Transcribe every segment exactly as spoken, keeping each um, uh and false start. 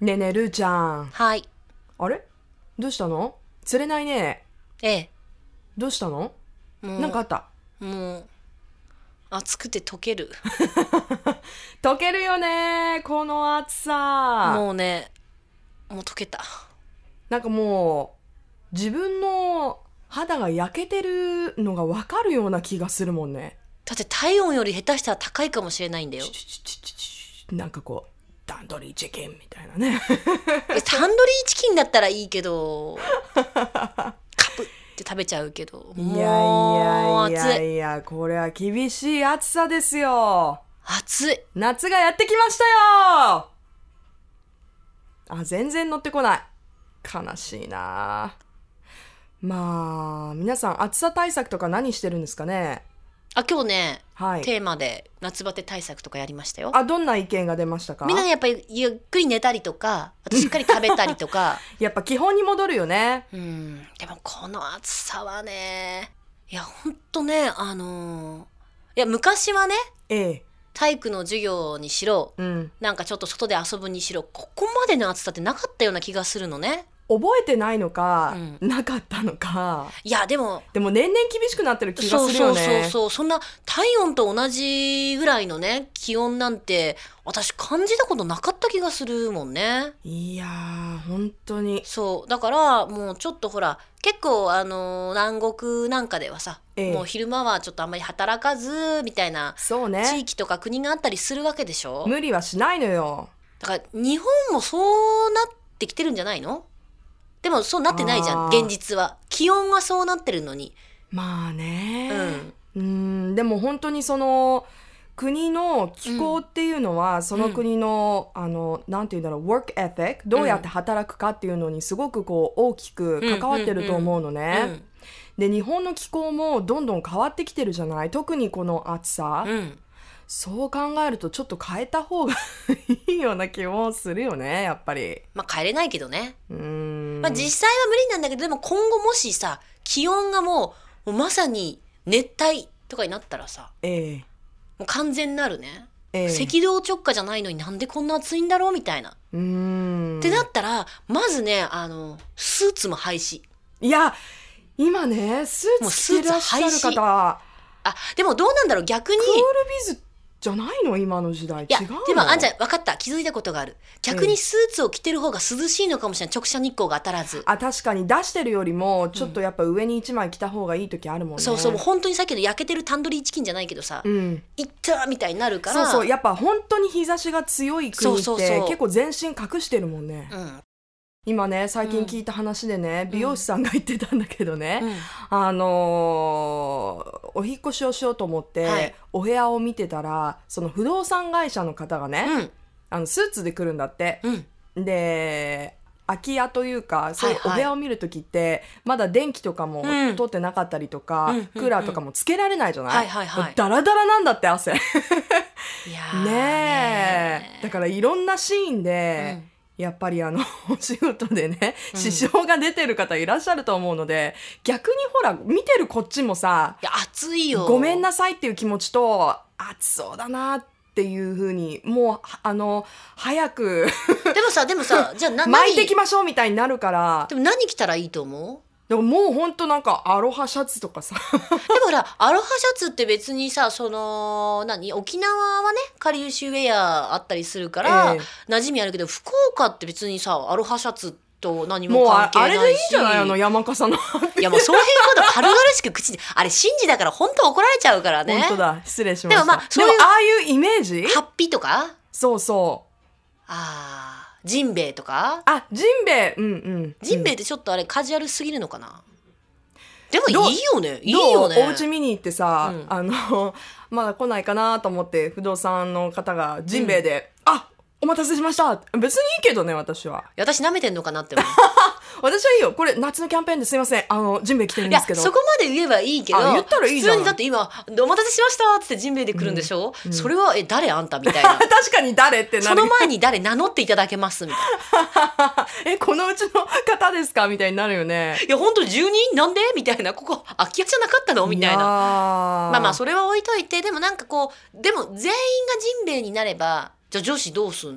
ねえねえるーちゃん。 はい。 あれどうしたの？釣れないね。 ええ。 どうしたの？ もうなんかあった？ もう暑くて溶ける。 溶けるよねこの暑さ。 もうね、もう溶けた。 なんかもう自分の肌が焼けてるのが分かるような気がするもんね。 だって体温より下手したら高いかもしれないんだよ。 チチチチチなんかこうタンドリーチキンみたいなね。 タンドリーチキンだったらいいけどカプって食べちゃうけど、 いやいやいやいや、これは厳しい暑さですよ。 暑い。 夏がやってきましたよ。あ、全然乗ってこない。悲しいな。まあ皆さん暑さ対策とか何してるんですかね。 あ、今日ね、 はい、 テーマで夏バテ対策とかやりましたよ。 あ、どんな意見が出ましたか？ みんなね、やっぱりゆっくり寝たりとか、あとしっかり食べたりとかやっぱ基本に戻るよね。 うん、でもこの暑さはね、いやほんとね、あのー、いや昔はね、 ええ、 体育の授業にしろ、 うん、 なんかちょっと外で遊ぶにしろ、ここまでの暑さってなかったような気がするのね。 覚えてないのか、 うん、 なかったのか。 いやでもでも年々厳しくなってる気がするよね。 そうそうそうそう、そんな体温と同じぐらいのね気温なんて私感じたことなかった気がするもんね。 いやー本当にそうだからもうちょっとほら結構あの南国なんかではさ、ええ、もう昼間はちょっとあんまり働かずみたいな地域とか国があったりするわけでしょ。 無理はしないのよ。 だから日本もそうなってきてるんじゃないの？でもそうなってないじゃん現実は。気温はそうなってるのに。 まあね、うん、うーんでも本当にその国の気候っていうのは、うん、その国の、あのなんていうんだろう、work ethic、どうやって働くかっていうのにすごくこう大きく関わってると思うのね、うんうんうん、で日本の気候もどんどん変わってきてるじゃない。特にこの暑さ、うん、そう考えるとちょっと変えた方がいいような気もするよねやっぱり。 まあ変えれないけどね。 うーん、 まあ、実際は無理なんだけど、でも今後もしさ気温がもう、もうまさに熱帯とかになったらさ、 ええ、 もう完全なるね、ええ、赤道直下じゃないのになんでこんな暑いんだろうみたいな。 うーんってなったらまずね、あのスーツも廃止。 いや今ねスーツ着てらっしゃる方、 あでもどうなんだろう逆に。 クールビズじゃないの今の時代。違うの？ いやでもあんちゃん分かった、気づいたことがある。逆にスーツを着てる方が涼しいのかもしれない、直射日光が当たらず。 あ、確かに出してるよりもちょっとやっぱ上にいちまい着た方がいい時あるもんね、うん、 そうそう、もう本当にさっきの焼けてるタンドリーチキンじゃないけどさ、うん、いったみたいになるから。 そうそう、やっぱ本当に日差しが強い国って結構全身隠してるもんね、うん、今ね最近聞いた話でね、うん、美容師さんが言ってたんだけどね、うん、あのー、お引っ越しをしようと思って、はい、お部屋を見てたらその不動産会社の方がね、うん、あのスーツで来るんだって、うん、で空き家というかそういうお部屋を見るときって、はいはい、まだ電気とかも通ってなかったりとか、うん、クーラーとかもつけられないじゃない、うんうんうん、ダラダラなんだって汗。いやねえ、だからいろんなシーンで、うんやっぱりあのお仕事でね、うん、支障が出てる方いらっしゃると思うので、逆にほら見てるこっちもさ、 いや暑いよ、 ごめんなさいっていう気持ちと暑そうだなっていう風にもうあの早くでもさでもさじゃあな巻いていきましょうみたいになるから。 でも何着たらいいと思う？ でももうほんとなんかアロハシャツとかさでもほらアロハシャツって別にさ、その何沖縄はねかりゆしウェアあったりするから、えー、馴染みあるけど、福岡って別にさアロハシャツと何も関係ないし、 もう あ, あれでいいんじゃない？あの山笠のいやもうそういうこと軽々しく口であれ神事だから本当怒られちゃうからね。 本当だ、失礼しました。 でもまあそういうでもああいうイメージ、 ハッピーとか、 そうそう、 あジンベエとか、 あジンベエ、うんうん、 ジンベエってちょっとあれカジュアルすぎるのかな。でもいいよね、いいよね。 お家見に行ってさ、うん、あのまだ来ないかなと思って不動産の方がジンベエで、うん、あお待たせしました。別にいいけどね私は。 私舐めてんのかなって思う私はいいよ、これ夏のキャンペーンですいません、あのジンベエ来てるんですけど。 いやそこまで言えばいいけど、 言ったらいいじゃん。 普通にだって今お待たせしましたってジンベエで来るんでしょ、うんうん、それはえ誰あんたみたいな確かに誰ってなる。 その前に誰名乗っていただけますみたいなえこのうちの方ですかみたいになるよね。 いや本当住人なんでみたいな、ここ空き家じゃなかったのみたいな。まあまあそれは置いといて、でもなんかこうでも全員がジンベエになればじゃあ女子どうすんのよ。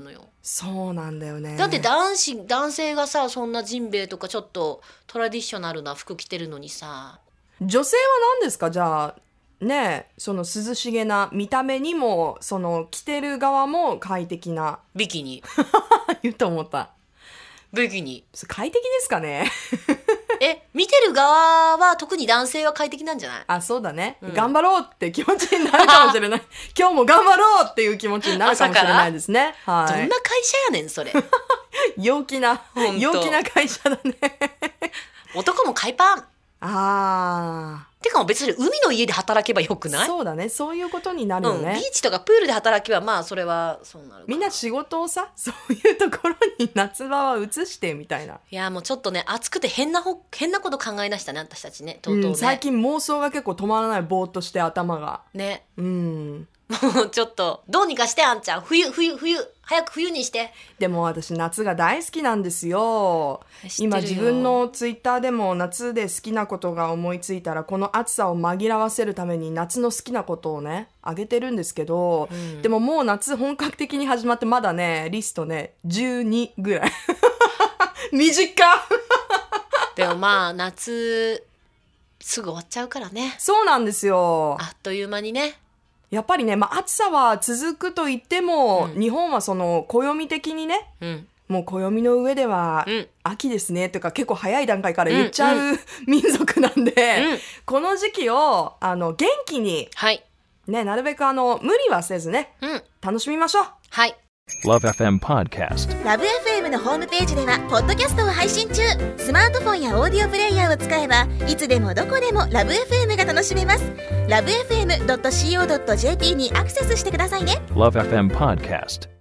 そうなんだよね。 だって男子男性がさそんなジンベエとかちょっとトラディショナルな服着てるのにさ、 女性は何ですかじゃあねえ、その涼しげな見た目にもその着てる側も快適なビキニ言うと思った。 ビキニ快適ですかねえ、見てる側は特に男性は快適なんじゃない？ あ、そうだね、うん、頑張ろうって気持ちになるかもしれない今日も頑張ろうっていう気持ちになるかもしれないですね。はい、 どんな会社やねんそれ陽気な陽気な会社だね男も海パン。 あーてかも別に海の家で働けばよくない？ そうだね、そういうことになるよね、 うん、ビーチとかプールで働けばまあそれはそうなるか。 みんな仕事をさそういうところに夏場は移してみたいな。 いやもうちょっとね暑くて変なほ変なこと考え出したね私たちねとうとうね、 うん、最近妄想が結構止まらない、ぼーっとして頭がね。 うんもうちょっとどうにかしてあんちゃん、冬冬冬早く冬にして。 でも私夏が大好きなんですよ。今自分のツイッターでも夏で好きなことが思いついたらこの暑さを紛らわせるために夏の好きなことをねあげてるんですけど、うん、でももう夏本格的に始まってまだねリストねじゅうにぐらい短っでもまあ夏すぐ終わっちゃうからね。 そうなんですよ、 あっという間にね。 やっぱりね、まあ、暑さは続くと言っても、うん、日本はその暦的にね、うん、もう暦の上では、うん、秋ですねとか結構早い段階から言っちゃう、うんうん、民族なんで、うん、この時期をあの元気に、はいね、なるべくあの無理はせずね、うん、楽しみましょう。 はい。 Love エフエム Podcast。 ラブ エフエム のホームページではポッドキャストを配信中。スマートフォンやオーディオプレイヤーを使えばいつでもどこでもラブ エフエム が楽しめます。ラブエフエムドットシーオードットジェーピー にアクセスしてくださいね。 Love エフエム Podcast。